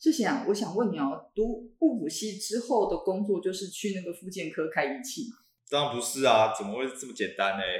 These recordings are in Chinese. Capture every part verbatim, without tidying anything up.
志贤，我想问你哦，读物辅系之后的工作就是去那个复健科开仪器吗？ 当然不是啊，怎么会这么简单呢？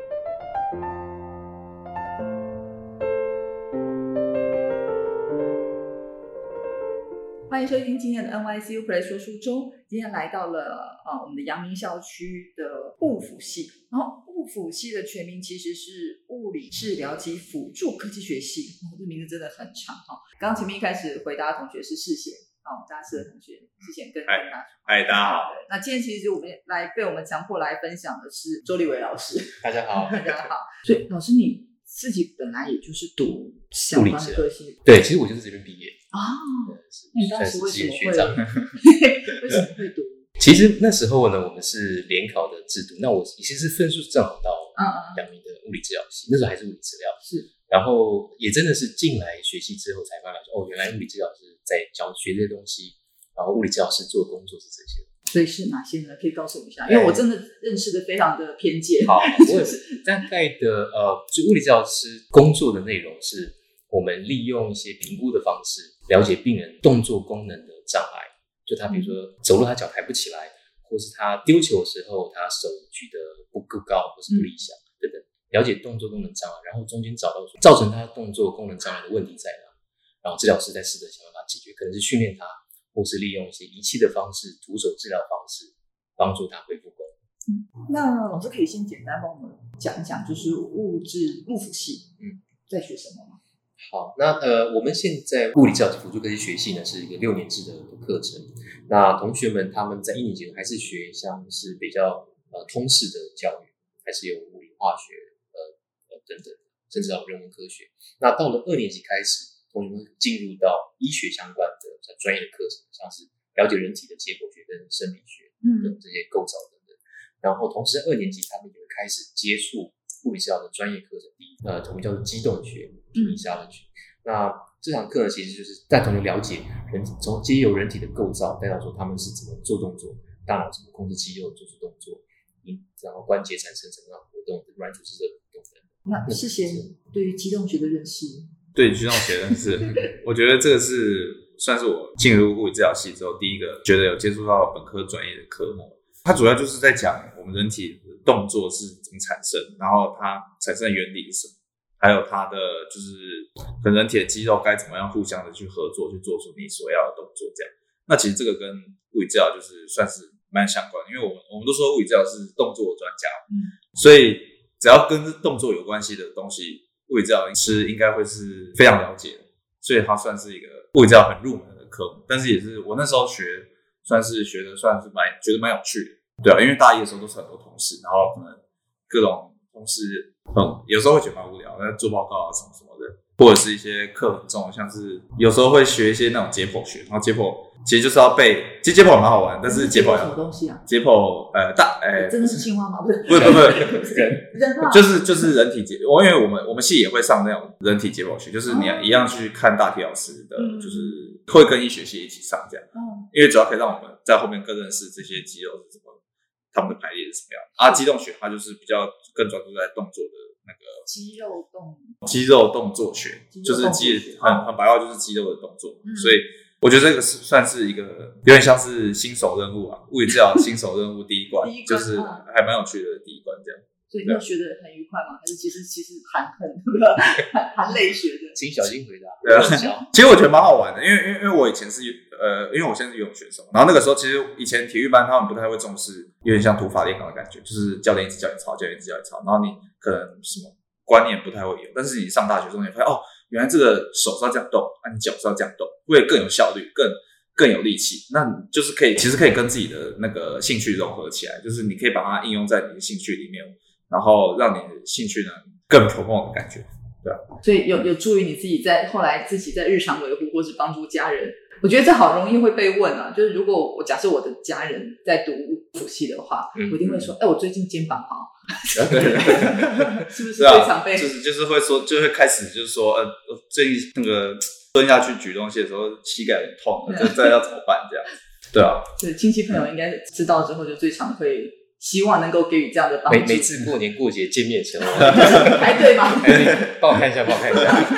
欢迎收听今天的 N Y C U Play 说书周。今天来到了、呃、我们的阳明校区的物辅系，然后物辅系的全名其实是物理治疗及辅助科技学系，哦、这名字真的很长哈、哦。刚刚前面一开始回答的同学是世贤，哦，大家是的同学，世贤跟跟大家说， 嗨，大家好。 那今天其实我们来被我们强迫来分享的是周立伟老师， 大家好， 大家好。所以老师你自己本来也就是读相关的科系， 对，其实我就是这边毕业啊。那你当时为什么会为什么会读？ 其实那时候呢，我们是联考的制度，那我其实分数正好到阳明的物理治疗系，那时候还是物理治疗， 是， 然后也真的是进来学习之后才发现说，哦，原来物理治疗师在教学这些东西，然后物理治疗师做的工作是这些。 所以是哪些呢？可以告诉我一下，因为我真的认识的非常的偏见。 好，我大概的呃，就物理治疗师工作的内容是，我们利用一些评估的方式，了解病人动作功能的障碍。就他比如说走路他脚抬不起来，或是他丢球的时候他手举得不够高或是不理想等等，了解动作功能障碍，然后中间找到说造成他动作功能障碍的问题在哪，然后治疗师再试着想办法解决，可能是训练他。或是利用一些仪器的方式、徒手治疗方式帮助他恢复功能。 嗯，那老师可以先简单帮我们讲一讲，就是物质物辅系嗯在学什么吗？ 好，那呃，我们现在物理治疗及辅助科技学系呢是一个六年制的课程。那同学们他们在一年级还是学像是比较呃通识的教育，还是有物理、化学呃呃等等，甚至还有人文科学。那到了二年级开始。同学们进入到医学相关的专业的课程，像是了解人体的解剖学跟生理学等这些构造等等。然后同时在二年级，他们也会开始接触物理治疗的专业课程，呃，我们叫做机动学、以下的学。那这堂课呢，其实就是带同学了解人体，从藉由人体的构造，带到说他们是怎么做动作，大脑怎么控制肌肉做出动作，然后关节产生什么样的活动，软组织的活动等等。 那世贤对于机动学的认识？ 对机动学认识，我觉得这个是算是我进入物理治疗系之后第一个觉得有接触到本科专业的科目。它主要就是在讲我们人体的动作是怎么产生，然后它产生的原理是什么，还有它的就是跟人体的肌肉该怎么样互相的去合作，去做出你所要的动作这样。那其实这个跟物理治疗就是算是蛮相关的，因为我们我们都说物理治疗是动作专家，嗯，所以只要跟动作有关系的东西。物理治疗师应该会是非常了解的，所以它算是一个物理治疗很入门的科目，但是也是我那时候学，算是学的算是蛮觉得蛮有趣的，对啊，因为大一的时候都是很多同事，然后可能各种同事，嗯，有时候会觉得蛮无聊，那做报告啊什么什么的，或者是一些课很重，像是有时候会学一些那种解剖学，然后解剖其实就是要背，其实解剖蛮好玩，但是解剖什么东西啊？ 解剖呃大呃， 真的是青蛙吗？不是， 不是不是人人啊， 就是就是人体解，我因为我们我们系也会上那种人体解剖学，就是你一样去看大体老师的，嗯、就是会跟医学系一起上这样，嗯，因为主要可以让我们在后面更认识这些肌肉是怎么，他们的排列是什么样。啊，机动学它就是比较更专注在动作的那个肌肉动肌肉动作学，就是肌很很白话就是肌肉的动作，嗯、所以。我觉得这个是算是一个有点像是新手任务啊，物理治疗新手任务第一关，第一关就是还蛮有趣的第一关这样。 所以你有学得很愉快吗？还是其实其实含很含泪学的？ 请小金回答。 对啊，其实我觉得蛮好玩的，因为因为因为我以前是呃，因为我现在是游泳选手，然后那个时候其实以前体育班他们不太会重视，有点像土法炼钢的感觉，就是教练一直教你抄，教练一直教你抄，然后你可能什么观念不太会有，但是你上大学之后你发现哦。原来这个手是要这样动，啊，你脚是要这样动，会更有效率，更更有力气。那你就是可以，其实可以跟自己的那个兴趣融合起来，就是你可以把它应用在你的兴趣里面，然后让你的兴趣呢更 promote 的感觉，对啊。 所以有有助于你自己在后来自己在日常维护，或是帮助家人。我觉得这好容易会被问啊，就是如果我假设我的家人在读物辅系的话，嗯、我一定会说，哎、欸，我最近肩膀好。是不是非常被、 啊、就是就是会说就会开始就是说呃最近那个蹲下去举东西的时候膝盖很痛，就这要怎么办这样？对啊， 对亲戚朋友应该知道之后就最常会希望能够给予这样的帮助。 每每次过年过节见面的时候， 排队吗？ 帮我看一下，帮我看一下。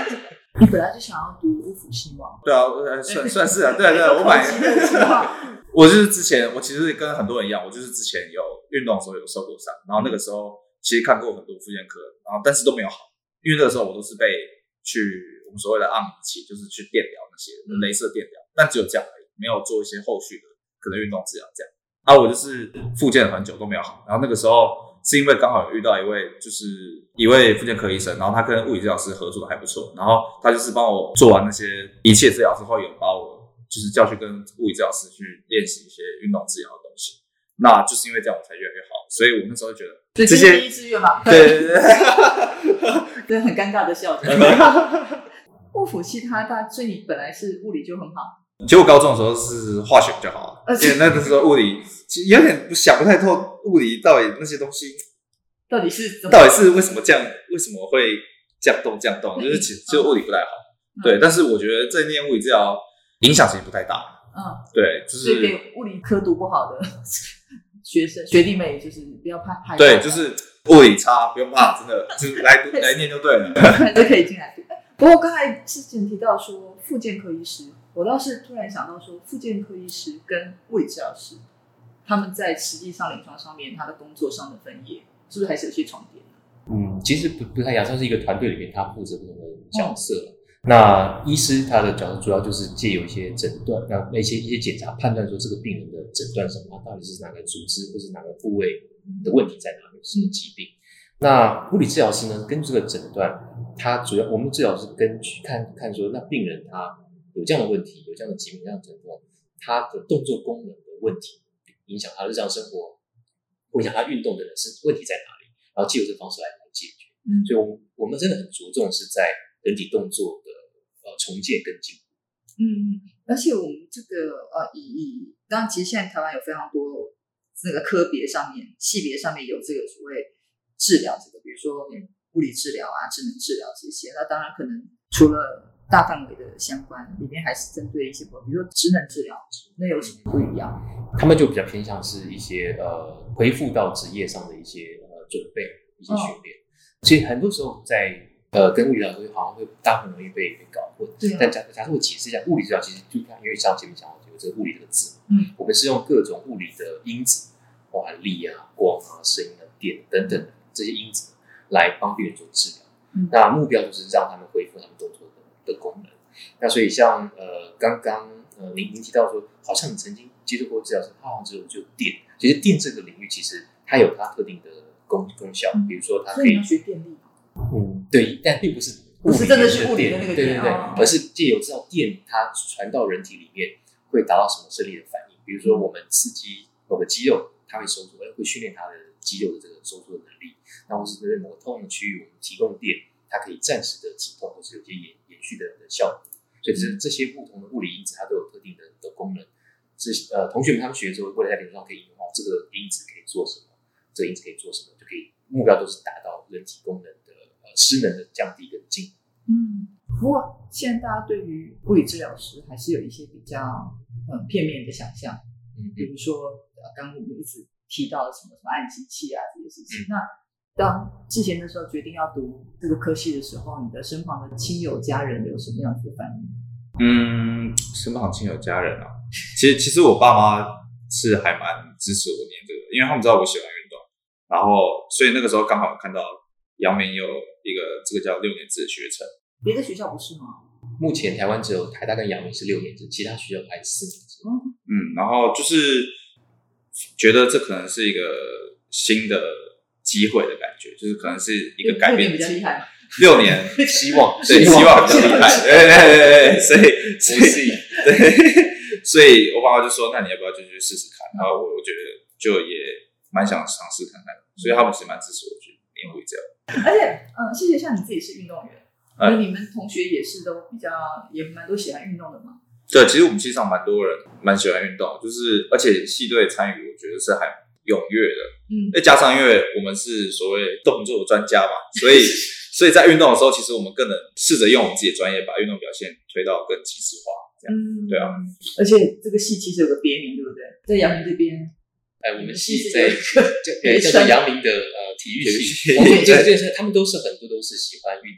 你本来就想要读物辅系吗？ 对啊，算算是啊，对啊对啊，我买。我就是之前，我其实跟很多人一样，我就是之前有运动的时候有受过伤，然后那个时候其实看过很多复健科，然后但是都没有好，因为那个时候我都是被去我们所谓的按摩器，就是去电疗那些雷射电疗，但只有这样而已，没有做一些后续的可能运动治疗这样。啊，我就是复健了很久都没有好，然后那个时候是因为刚好有遇到一位就是一位复健科医生，然后他跟物理治疗师合作的还不错，然后他就是帮我做完那些仪器治疗之后，有把我就是叫去跟物理治疗师去练习一些运动治疗的东西，那就是因为这样我才越来越好，所以我那时候就觉得这些第一志愿嘛， 对对对， 对，很尴尬的笑着。物辅系它它，所以你本来是物理就很好。 其实我高中的时候是化学比较好，因为那个时候物理其实有点想不太透，物理到底那些东西到底是怎么， 到底是为什么这样，为什么会这样动这样动，就是其实就物理不太好，嗯、对。但是我觉得这念物理治疗影响其实不太大，嗯，对，就是所以给物理科读不好的学生学弟妹就是不要怕，害怕对，就是物理差不用怕，真的就是来来念就对了， 都可以进来读。不过刚才之前提到说复健科医师，我倒是突然想到说，复健科医师跟物理治疗师，他们在实际上临床上面，他的工作上的分野，是不是还是有些重叠？ 嗯，其实不不太一样，像是一个团队里面，他负责不同的角色。嗯、那医师他的角色主要就是借由一些诊断，那那些一些检查，判断说这个病人的诊断上，他到底是哪个组织或是哪个部位的问题在哪里，什么疾病。那物理治疗师呢，根据这个诊断，他主要我们治疗是根据看看说，那病人他有这样的问题，有这样的疾病，这样的症状，他的动作功能的问题，影响他日常生活，影响他运动的人是问题在哪里，然后借由这个方式来解决。嗯，所以我们我们真的很着重是在人体动作的呃重建跟进步。 嗯，而且我们这个呃以以，当然其实现在台湾有非常多那个科别上面、系别上面有这个所谓治疗这个，比如说物理治疗啊、智能治疗这些，那当然可能除了大范围的相关，里面还是针对一些，比如说职能治疗，那有什么不一样？ 他们就比较偏向是一些呃恢复到职业上的一些呃准备、一些训练。哦、其实很多时候在呃跟物理治疗好像会大部分容易被被搞混。对、啊。但假假设我解释一下，物理治疗其实就因为像前面讲到有这个物理这个字，嗯，我们是用各种物理的因子，包含力啊、光啊、声音啊、电等等的这些因子来帮病人做治疗。嗯、那目标就是让他们恢复他们动作的功能。那所以像呃刚刚呃您您提到说，好像你曾经接触过治疗师，它好像只有就电，其实电这个领域其实它有它特定的功功效，比如说它可以， 所以你要学电力， 嗯，对，但并不是不是真的是物理的那个电， 对对对， 哦、 而是借由知道电它传到人体里面会达到什么生理的反应，比如说我们刺激某个肌肉，它会收缩，会训练它的肌肉的这个收缩的能力，那或是在某个痛的区域，我们提供电。它可以暂时的止痛，或是有些延延续的的效果，所以这这些不同的物理因子，它都有特定的的功能。是呃，同学们他们学之后，未来在临床上可以应用哦，这个因子可以做什么，这个因子可以做什么，就可以目标都是达到人体功能的呃失能的降低跟进。 嗯，不过现在大家对于物理治疗师还是有一些比较呃片面的想象，嗯，比如说呃，刚刚我们一直提到的什么什么按机器啊这些事情，嗯、那。当之前的时候决定要读这个科系的时候，你的身旁的亲友家人有什么样子的反应？ 嗯，身旁亲友家人啊，其实其实我爸妈是还蛮支持我念这个，因为他们知道我喜欢运动，然后所以那个时候刚好看到阳明有一个这个叫六年制的学程， 别的学校不是吗？ 目前台湾只有台大跟阳明是六年制，其他学校还是四年制。 嗯，然后就是觉得这可能是一个新的机会的感觉，就是可能是一个改变的机会。六年希望， 对，希望比较厉害，对对对对，所以所以对，所以我爸爸就说，那你要不要就去试试看？然后我我觉得就也蛮想尝试看看，所以他们其实蛮支持我去练物理治疗。 而且，呃，谢谢，像你自己是运动员，而、嗯、你们同学也是都比较也蛮多喜欢运动的嘛？ 对，其实我们系上蛮多人蛮喜欢运动，就是而且系队参与，我觉得是还踊跃的。嗯，再加上因为我们是所谓动作专家嘛，所以所以在运动的时候，其实我们更能试着用我们自己的专业把运动表现推到更极致化。这样，嗯，对啊。 而且这个系其实有个别名，对不对？在阳明这边， 哎，我们系在叫叫做阳明的呃体育系，而且这个他们都是很多都是喜欢运动，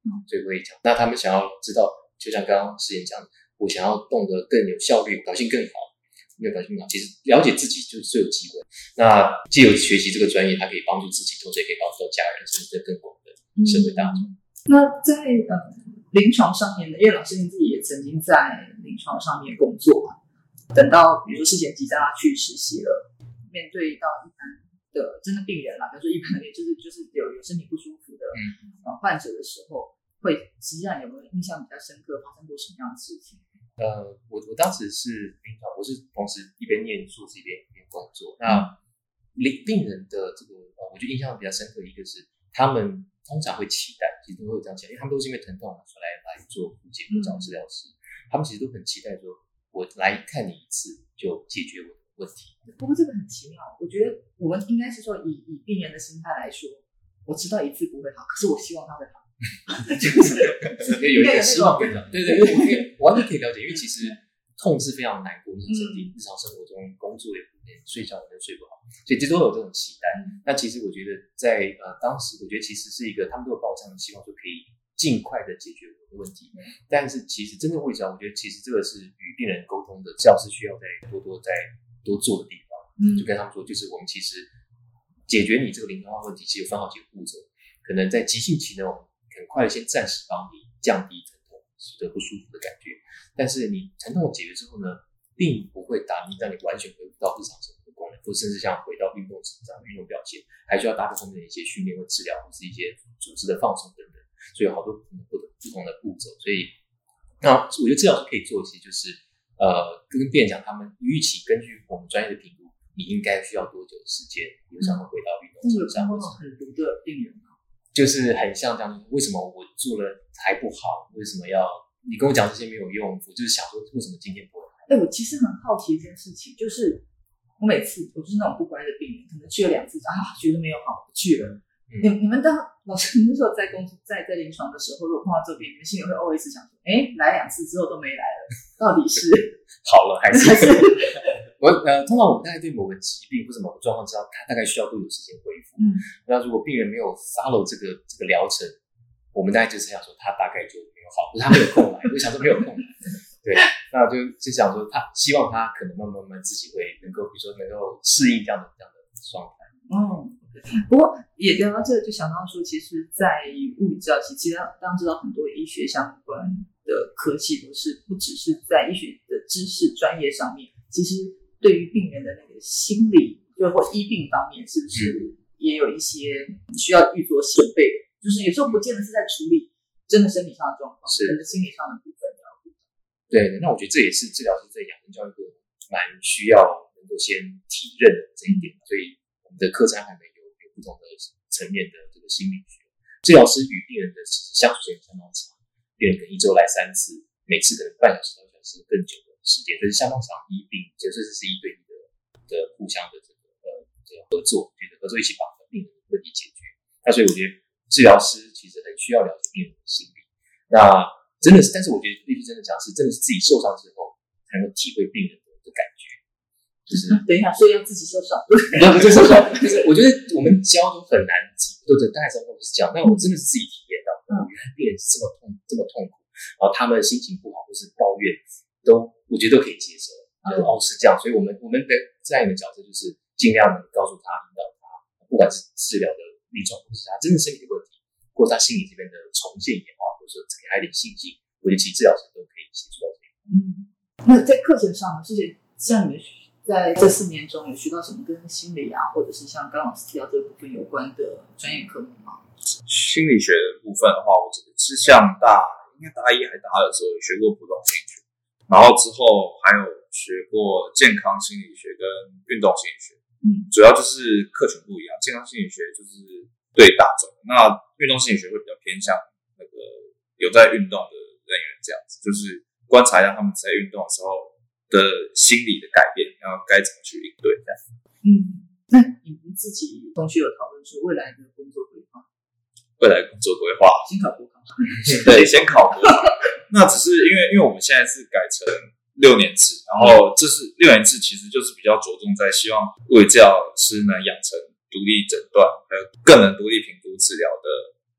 所以会讲。那他们想要知道，就像刚刚诗妍讲的，我想要动得更有效率，表现更好，没有表现更好，其实了解自己就是最有机会。那藉由学习这个专业，它可以帮助自己，同时也可以帮助到家人，甚至更广的社会大众。 嗯、那在呃临床上面呢，因为老师您自己也曾经在临床上面工作嘛，等到比如说事前急诊去实习了，面对到一般的真的病人啦，比如说一般的就是就是有有身体不舒服的、嗯、呃患者的时候，会实际上有没有印象比较深刻，发生过什么样的事情？ 呃，我我当时是临床，我是同时一边念硕士一边一边工作。那病病人的这个，呃，我觉得印象比较深刻的一个是，他们通常会期待，其实都会有这样期待，因为他们都是因为疼痛所来来做复健或找治疗师、嗯，他们其实都很期待说，我来看你一次就解决我的问题。 不过这个很奇妙，我觉得我们应该是说以以病人的心态来说，我知道一次不会好，可是我希望他会好。就是有一个希望感，对对对，我可以完全可以了解，因为其实痛是非常难过，日常日常生活中工作也不能睡觉也睡不好，所以这都有这种期待。嗯、那其实我觉得在呃当时，我觉得其实是一个他们都有抱这样的希望，说可以尽快的解决我的问题。嗯、但是其实真正会治疗，我觉得其实这个是与病人沟通的治疗师需要再多多再多做的地方。嗯，就跟他们说，就是我们其实解决你这个临床问题，其实有分好几个步骤，可能在急性期那种。很快先暂时帮你降低疼痛的不舒服的感觉，但是你疼痛解决之后呢，并不会打你让你完全恢复到日常生活的功能，或甚至像回到运动成长、运动表现，还需要搭配后面的一些训练或治疗，或是一些组织的放松等等，所以有好多不同的不同的步骤。所以，那我觉得治疗师可以做，其实就是呃，跟病人讲，他们预期根据我们专业的评估，你应该需要多久的时间，比如像回到运动成长， 或者很毒的病人。 就是很像这样，为什么我做了还不好？为什么要你跟我讲这些没有用？我就是想说，为什么今天不会好？ 哎、欸，我其实很好奇一件事情，就是我每次我就是那种不乖的病人，可能去了两次啊，觉得没有好，不去了。嗯、你你们当老师，你那时候在工作在在临床的时候，如果碰到这边，你们心里会 always 想说，哎、欸，来两次之后都没来了，到底是好了还是？还是我呃，通常我们大概对某个疾病或者某个状况知道，它大概需要多久时间恢复。嗯，那如果病人没有 follow 这个这个疗程，我们大概就是想说他大概就没有好，可是他没有空来，我就想说没有空来。对，那就就想说他希望他可能慢慢慢慢自己会能够，比如说能够适应这样的这样的状态。 嗯，不过也聊到这个，就想到说，其实，在物理治疗系，其实当然知道很多医学相关的科系都是不只是在医学的知识专业上面，其实。对于病人的那个心理，就或医病方面，是不是也有一些需要预做准备的？就是有时候不见得是在处理真的身体上的状况，可能心理上的部分要顾到。 对，那我觉得这也是治疗师在养成教育过程蛮需要能够先体认的这一点。所以我们的课程安排有有不同的层面的这个心理学。治疗师与病人的其实相处时间相当长，病人可能一周来三次，每次可能半小时到一小时更久的时间，所以相当长。医病就是是一对一的的互相的这个呃这个合作，就是合作一起把病人的问题解决。那所以我觉得治疗师其实很需要了解病人的心理。那真的是，但是我觉得必须真的讲是，真的是自己受伤之后才能体会病人的的感觉。就是、 嗯、等一下，所以要自己受伤， 不是受伤，就是我觉得我们教都很难，对对，大概知道就是这样。但我真的是自己体验到，嗯，原来病人是这么痛这么痛苦，然后他们心情不好或是抱怨，都我觉得都可以接受。就是、哦，是这样，所以我们我们的在你的角色就是尽量能告诉他、引导他，不管是治疗的临床，或是他真正身体的问题，或者他心理这边的重建也好，或者说给他一点信心，我觉得其实治疗师都可以协助到这个。 嗯，那在课程上呢，是像你们在这四年中有学到什么跟心理啊，或者是像刚老师提到这个部分有关的专业科目吗？ 心理学的部分的话，我觉得是像大应该大一还大二的时候有学过普通心理学。然后之后还有学过健康心理学跟运动心理学，嗯，主要就是课程不一样。健康心理学就是对大众，那运动心理学会比较偏向那个有在运动的人员这样子，就是观察一下他们在运动的时候的心理的改变，然后该怎么去应对这样。 嗯，那你们自己同学有讨论说未来的工作规划？ 未来工作规划， 先考国考， 对，先考国考。那只是因为因为我们现在是改成六年制，然后这是六年制，其实就是比较着重在希望物理治疗师能养成独立诊断，还有更能独立评估治疗的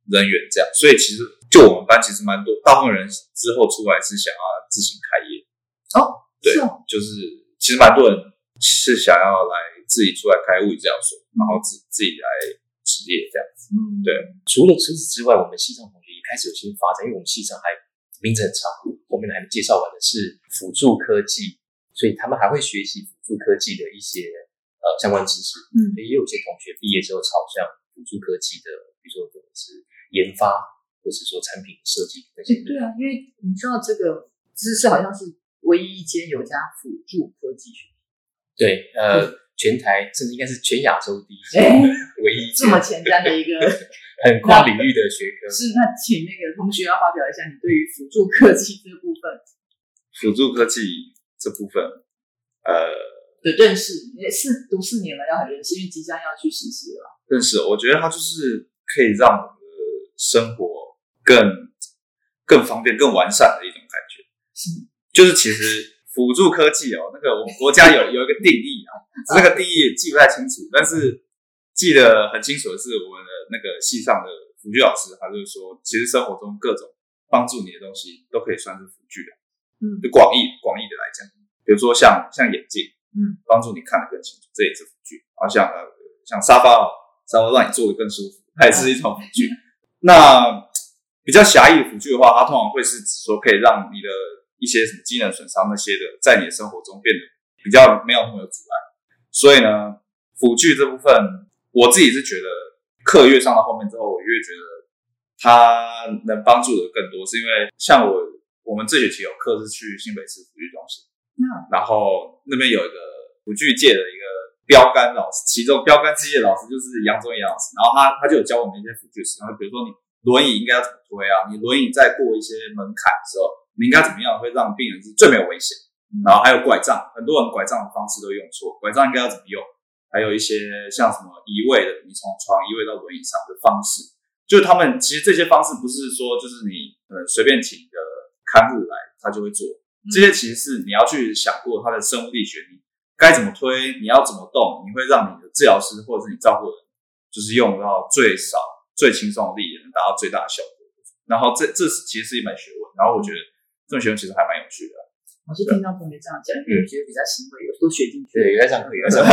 人员这样，所以其实就我们班其实蛮多，大部分人之后出来是想要自行开业。 哦， 对， 是哦， 就是其实蛮多人是想要来自己出来开物理治疗所，然后自自己来执业这样子。 嗯， 对。 除了除此之外，我们系上同学也开始有些发展，因为我们系上还名字很长，我们还没介绍完的是辅助科技，所以他们还会学习辅助科技的一些呃相关知识。 嗯， 所以也有些同学毕业之后朝向辅助科技的，比如说可能是研发，或是说产品设计那些。 对啊，因为你知道这个知识好像是唯一一间有家辅助科技学校。 对，呃，全台甚至应该是全亚洲第一间，唯一一间这么前瞻的一个很跨领域的学科。 是，那请那个同学要发表一下你对于辅助科技这部分辅助科技这部分，呃， 的认识。你是读四年了，要很认识，因为即将要去实习了。 认识，我觉得它就是可以让我们的生活更更方便、更完善的一种感觉。 是， 就是其实辅助科技哦，那个我们国家有有一个定义啊，这个定义也记不太清楚，但是记得很清楚的是，我们的那个系上的辅具老师，他就是说，其实生活中各种帮助你的东西都可以算是辅具的。 嗯， 就广义广义的来讲，比如说像像眼镜， 嗯， 帮助你看得更清楚，这也是辅具。然后像呃像沙发，沙发让你坐得更舒服，它也是一种辅具。那比较狭义的辅具的话，它通常会是指说可以让你的一些什么机能损伤那些的，在你的生活中变得比较没有那么有阻碍。所以呢，辅具这部分，我自己是觉得课越上到后面之后，我越觉得它能帮助的更多，是因为像我我们这学期有课是去新北市辅具中心， 嗯， 然后那边有一个辅具界的一个标杆老师，其中标杆之一的老师就是杨宗彦老师，然后他他就有教我们一些辅具使用，比如说你轮椅应该要怎么推啊，你轮椅在过一些门槛的时候，你应该怎么样会让病人是最没有危险，然后还有拐杖，很多人拐杖的方式都用错，拐杖应该要怎么用，还有一些像什么移位的，你从床移位到轮椅上的方式，就是他们其实这些方式不是说就是你呃随便请个看护来他就会做，这些其实是你要去想过他的生物力学，你该怎么推，你要怎么动，你会让你的治疗师或者是你照顾人就是用到最少最轻松的力，也能达到最大的效果。然后这这其实是一门学问，然后我觉得这门学问其实还蛮有趣的。 我是听到同学这样讲，因为觉得比较欣慰，有都学进去。 对，有在上课，有在上课。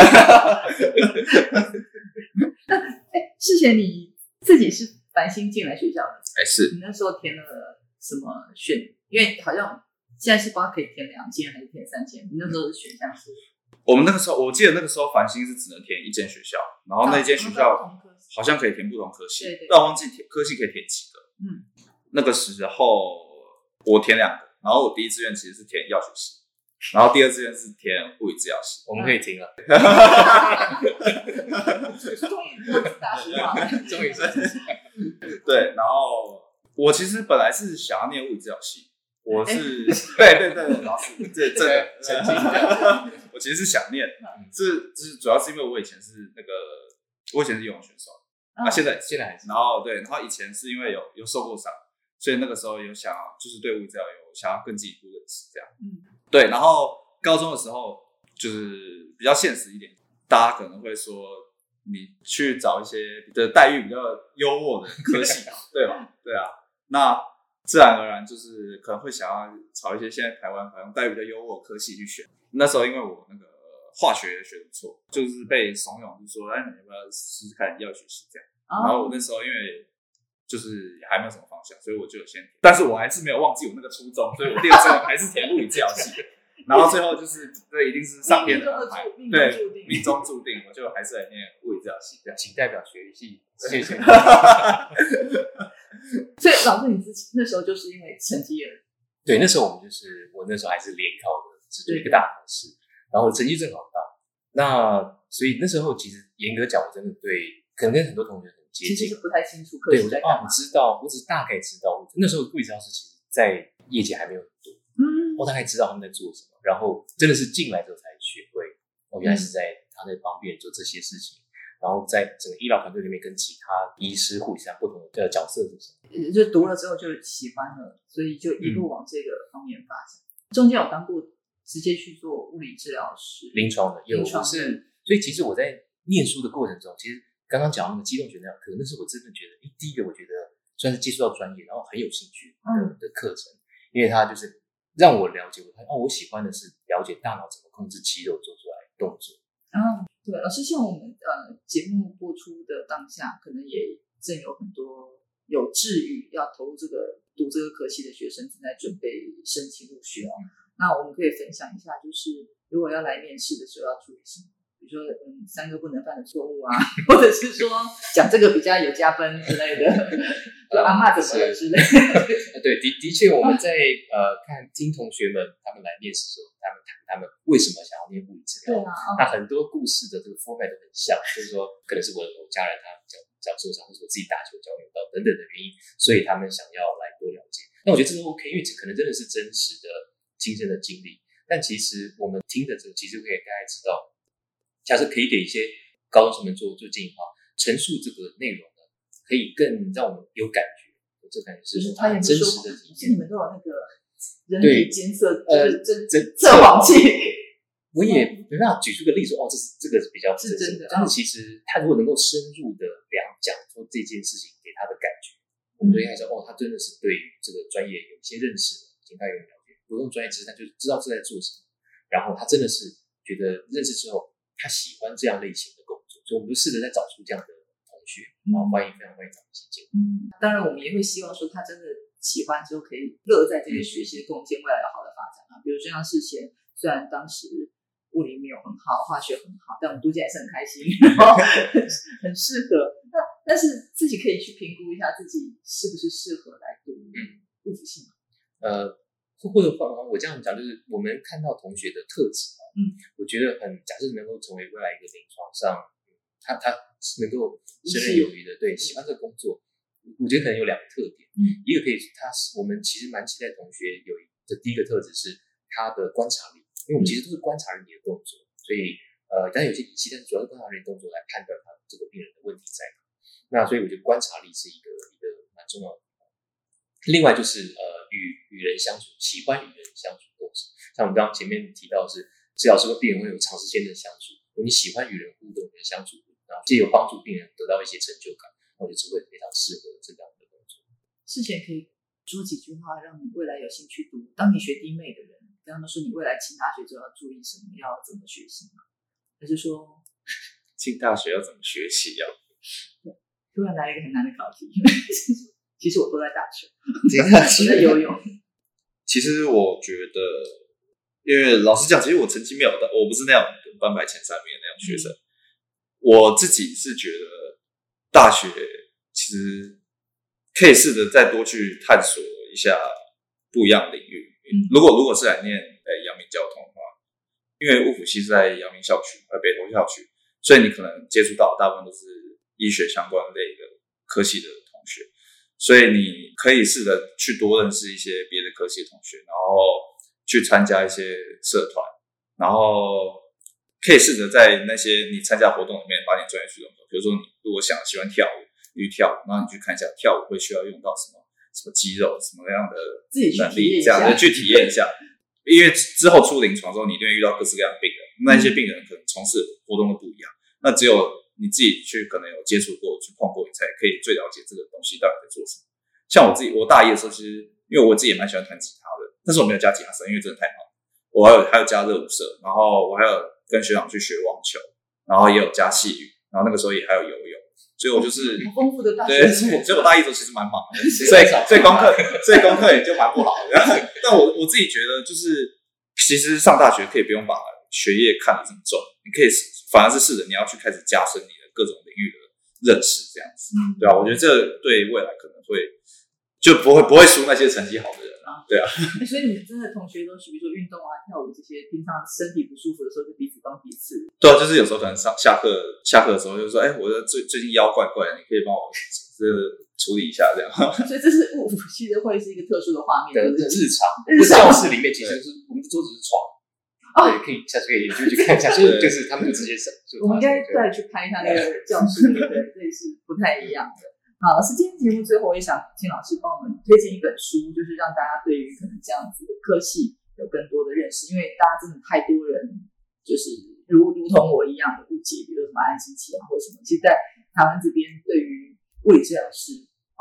哎，世贤你自己是繁星进来学校的， 哎，是你那时候填了什么选？因为好像现在是不知道可以填两间还是填三间，你那时候的选项是？ 我们那个时候，我记得那个时候繁星是只能填一间学校，然后那间学校好像可以填不同科系，但我忘记填科系可以填几个。 嗯， 那个时候我填两个，然后我第一志愿其实是填药学系，然后第二志愿是填物理治疗系。 我们可以停了。 终于我大实话了， 终于算是对，然后我其实本来是想要念物理治疗系。我是对对对，老师，这真的曾经，我其实是想念，是就是主要是因为我以前是那个，我以前是游泳选手，啊，现在现在还是， 然后对，然后以前是因为有有受过伤，所以那个时候有想要就是对物理治疗有想要更进一步认识这样，嗯，对，然后高中的时候就是比较现实一点，大家可能会说你去找一些的待遇比较优渥的科系嘛，对吧？对啊，那。自然而然就是可能会想要找一些现在台湾好像待遇比较优渥的科系去选。那时候因为我那个化学学得不错，就是被怂恿就说，哎，你要不要试试看药学系这样？哦、然后我那时候因为就是还没有什么方向，所以我就有先填，但是我还是没有忘记我那个初衷，所以我第二志愿还是填物理治疗系。然后最后就是这一定是上天的安排，对，命中注定，我就还是来念物理治疗系这样。 请代表学系，谢谢。 所以老师，你之前那时候就是因为成绩而已。 对，那时候我们就是我那时候还是联考的，只做一个大考试，然后成绩正好到。那所以那时候其实严格讲，我真的对，可能跟很多同学很接近， 其实是不太清楚科系在干嘛。 我知道，我只大概知道，那时候物理治疗师其实在业界还没有很多，嗯，我大概知道他们在做什么，然后真的是进来之后才学会，哦，原来是在他在帮病人做这些事情。然后在整个医疗团队里面跟其他医师、护士不同的角色是什么？ 就读了之后就喜欢了，所以就一路往这个方面发展。嗯、中间有当过直接去做物理治疗师， 临床的，有是。所以其实我在念书的过程中，其实刚刚讲那个机动学那堂课，那是我真的觉得，第一个我觉得算是接触到专业，然后很有兴趣的、 嗯、 的课程，因为它就是让我了解，我看哦，我喜欢的是了解大脑怎么控制肌肉做出来的动作。 啊，对，老师，像我们呃节目播出的当下，可能也正有很多有志于要投入这个读这个科系的学生正在准备申请入学哦。那我们可以分享一下，就是如果要来面试的时候要注意什么？比如说，嗯，三个不能犯的错误啊，或者是说讲这个比较有加分之类的，就阿嬷怎么了之类的。 对，的的确，我们在呃看听同学们他们来面试的时候，他们谈他们为什么想要念物理治疗， 对啊， 那很多故事的这个 format 都很像，就是说可能是我我家人他比较比较受伤，或者我自己打球脚扭到等等的原因，所以他们想要来多了解。那我觉得这个 OK， 因为这可能真的是真实的亲身的经历，但其实我们听的这个其实可以大概知道。假设可以给一些高中生们做做建议的话，陈述这个内容呢，可以更让我们有感觉，这感觉是很真实的体验。 你们都有那个人体监测， 呃， 侦侦测谎器。 我也没办法举出个例子哦，这是这个比较是真的。 但是其实他如果能够深入的讲讲说这件事情给他的感觉，我们就应该说哦，他真的是对这个专业有一些认识，已经大有了解，不用专业知识，他就知道是在做什么。然后他真的是觉得认识之后。他喜欢这样类型的工作，所以我们就试着在找出这样的同学，然后欢迎，非常欢迎他们进入。 嗯，当然我们也会希望说他真的喜欢之后可以乐在这个学习的共建未来有好的发展啊。比如说像事前，虽然当时物理没有很好，化学很好，但我们读起来是很开心，然后很很适合。那但是自己可以去评估一下自己是不是适合来读物辅系嘛？ 呃。或者我这样讲，就是我们看到同学的特质， 嗯， 我觉得很假设能够成为未来一个临床上，他他能够胜任有余的，对，喜欢这个工作，我觉得可能有两个特点， 嗯， 一个可以，他我们其实蛮期待同学有的第一个特质是他的观察力，因为我们其实都是观察人的动作，所以呃，当然有些仪器，但是主要是观察人的动作来判断他这个病人的问题在哪。那所以我觉得观察力是一个一个蛮重要的。另外就是呃与与人相处，喜欢与人相处共事。像我们刚刚前面提到的是，治疗师和病人会有长时间的相处，如果你喜欢与人互动、与人相处，然后藉由帮助病人得到一些成就感，我觉得这会非常适合这样的工作。 事前可以说几句话，让未来有兴趣读。当你学弟妹的人，跟他们说你未来进大学之后要注意什么，要怎么学习吗？还是说进大学要怎么学习啊？ 对，突然来一个很难的考题。其实我都在打球， 我在游泳。 其实我觉得，因为老实讲，其实我成绩没有的，我不是那样班排前三名的那种学生。嗯、我自己是觉得，大学其实可以试着再多去探索一下不一样的领域。嗯、如果如果是来念呃阳明交通的话，因为物辅系是在阳明校区，呃北投校区，所以你可能接触到大部分都是医学相关类的科系的同学。所以你可以试着去多认识一些别的科系的同学，然后去参加一些社团，然后可以试着在那些你参加活动里面把你专业去融合。比如说你如果想喜欢跳舞，你去跳舞，然后你去看一下跳舞会需要用到什么什么肌肉，什么样的能力，这样去体验一下。因为之后出临床之后，你一定会遇到各式各样的病人，那些病人可能从事活动都不一样，那只有你自己去可能有接触过、去碰过，你才可以最了解这个东西到底在做什么。像我自己，我大一的时候，其实因为我自己也蛮喜欢弹吉他的，但是我没有加吉他社，因为真的太忙。我还有还有加热舞社，然后我还有跟学长去学网球，然后也有加戏语，然后那个时候也还有游泳，所以我就是很丰富的大学生活。 对，所以我大一的时候其实蛮忙的，所以所以功课所以功课也就蛮不好的。但我我自己觉得，就是其实上大学可以不用把学业看得这么重，你可以反而是试着你要去开始加深你的各种领域的认识，这样子，嗯、对吧、啊？我觉得这对未来可能会就不会不会输那些成绩好的人啊，对啊。 所以你真的同学都是比如说运动啊、跳舞这些，平常身体不舒服的时候就彼此帮彼此。 对啊，就是有时候可能上下课下课的时候就说，哎、欸，我的最最近腰怪怪的，你可以帮我这个处理一下这样。 所以这是物辅系的会是一个特殊的画面的日常，日常教室里面其实是我们的桌子是床。哦，对，可以下次可以就去看一下，就是就是他们就直接省。 我们应该再去拍一下那个教室，对，这也是不太一样的。好，老师，今天节目最后我也想请老师帮我们推荐一本书，就是让大家对于可能这样子的科系有更多的认识，因为大家真的太多人就是如如同我一样的误解，比如什么氨基期啊或什么，其实在台湾这边对于物理治疗师啊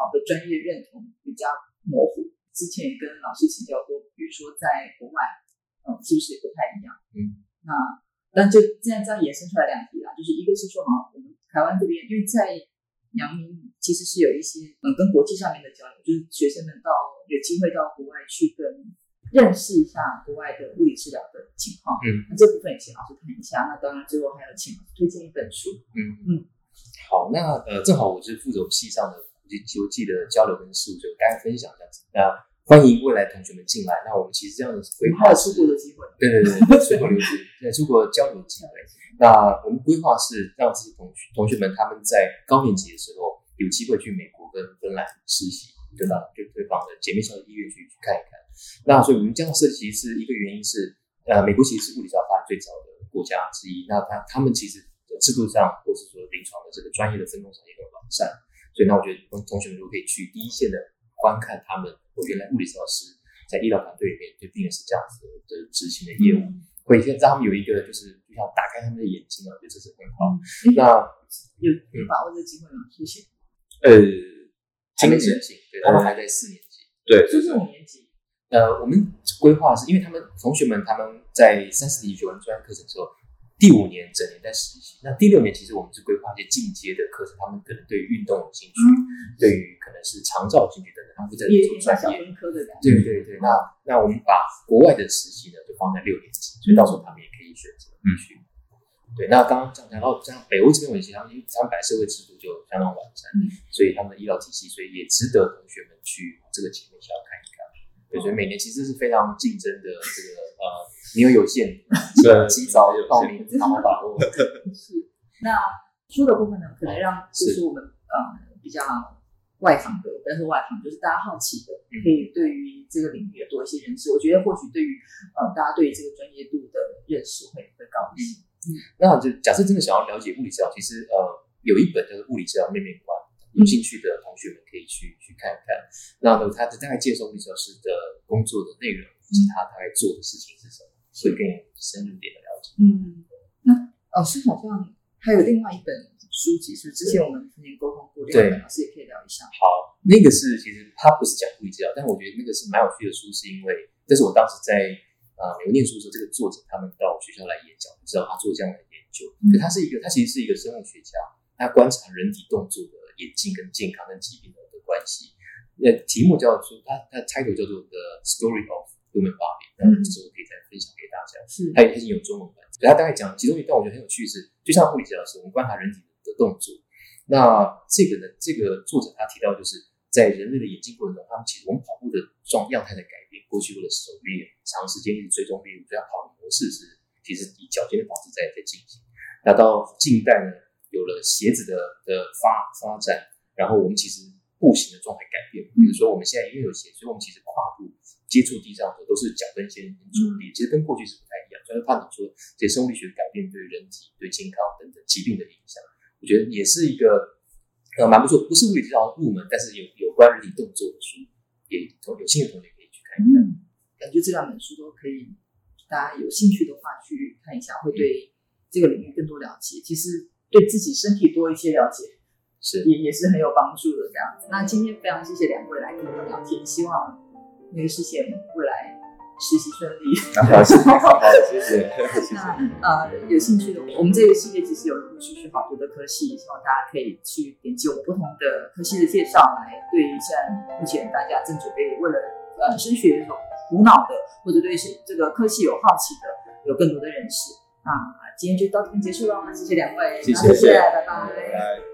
好的专业认同比较模糊。之前也跟老师请教过，比如说在国外，嗯，是不是也不太一样？嗯，那但就现在这样延伸出来两题啦，就是一个是说，哈，我们台湾这边，因为在阳明其实是有一些嗯跟国际上面的交流，就是学生们到有机会到国外去跟认识一下国外的物理治疗的情况。嗯，那这部分也请老师谈一下。那当然最后还有请老师推荐一本书。嗯嗯， 好，那呃正好我是负责系上的国际的交流跟事务，就大概分享这样子。那欢迎未来同学们进来。那我们其实这样的规划， 还有出国的机会。 对对对，出国留学，对出国交流的机会。那我们规划是让这些同学同学们他们在高年级的时候有机会去美国跟芬兰实习，对吧？就对方的姐妹校的医院去去看一看。那所以我们这样设计是一个原因是，呃，美国其实是物理治疗发展最早的国家之一。那他他们其实制度上或是说临床的这个专业的分工上也很完善。所以那我觉得同学们如果可以去第一线的观看他们，我原来物理治疗师在医疗团队里面对病人是这样子的执行的业务，会让他们有一个就是就像打开他们的眼睛，我觉得这是很好。嗯、那有有把握这个机会吗？谢谢。 呃， 还没申请，对，他们还在四年级， 对， 就是五年级。 呃，我们规划是因为他们同学们他们在三四年级学完专业课程之后，第五年整年在实习，那第六年其实我们是规划一些进阶的课程，他们可能对于运动有兴趣，嗯、对于可能是长照有兴趣等等，他们会在做专业。 小分科的感觉。对对对，那那我们把国外的实习呢就放在六年级，所以到时候他们也可以选择去。嗯对，那刚刚讲到像北欧这边，我其实他们他们本来社会制度就相当完善，嗯、所以他们的医疗体系，所以也值得同学们去这个前面想要看一看。对，所以每年其实是非常竞争的，这个呃，名额有限，及早报名，好好把握。 是，那书的部分呢，可能让就是我们呃比较外行的，不要说外行，就是大家好奇的，可以对于这个领域有多一些认识。我觉得或许对于呃大家对于这个专业度的认识会会高一些。 嗯，那就假设真的想要了解物理治疗，其实呃有一本叫做《物理治疗面面观》，有兴趣的同学们可以去去看一看。那呢，他大概介绍物理治疗师的工作的内容，以及他大概做的事情是什么，会更深入点的了解。 嗯，那老师好像还有另外一本书籍，是之前我们曾经沟通过，对，老师也可以聊一下。 好，那个是其实他不是讲物理治疗，但我觉得那个是蛮有趣的书，是因为这是我当时在。啊，美国念书的时候，这个作者他们到学校来演讲，知道他做这样的研究。嗯、他是一个，他其实是一个生物学家，他观察人体动作的演进跟健康跟疾病的关系。那题目叫做他他 title 叫做 The Story of Human Body， 那之后可以再分享给大家。是，他已经有中文版。所以他大概讲其中一段，我觉得很有趣是，就像物理治疗师，我们观察人体的动作。那这个呢，这个作者他提到就是在人类的演进过程中，他们其实我们跑步的状样态在改变。过去为了狩猎，长时间一直追踪猎物，所以他跑的模式是其实以脚尖的方式在在进行。那到近代呢，有了鞋子的的发发展，然后我们其实步行的状态改变。比如说我们现在因为有鞋，所以我们其实跨步接触地上的都是脚跟先着地，其实跟过去是不太一样。所以判断说这些生物力学的改变对人体、对健康等等疾病的影响，我觉得也是一个呃蛮不错，不是物理治疗入门，但是有有关人体动作的书，也有兴趣的同学可以去看一看。 嗯，感觉这两本书都可以，大家有兴趣的话去看一下，会对这个领域更多了解。其实对自己身体多一些了解，是也也是很有帮助的这样子。那今天非常谢谢两位来跟我们聊天，希望那个世贤未来实习顺利。 好，谢谢，好，谢谢。 那呃，有兴趣的，我们这个系列其实有陆陆续续好多的科系，希望大家可以去点击我们不同的科系的介绍，来对于现在目前大家正准备为了呃升学这种苦恼的，或者对这个科系有好奇的，有更多的认识。那今天就到这边结束了，谢谢两位， 谢谢， 谢谢，拜拜。 拜拜。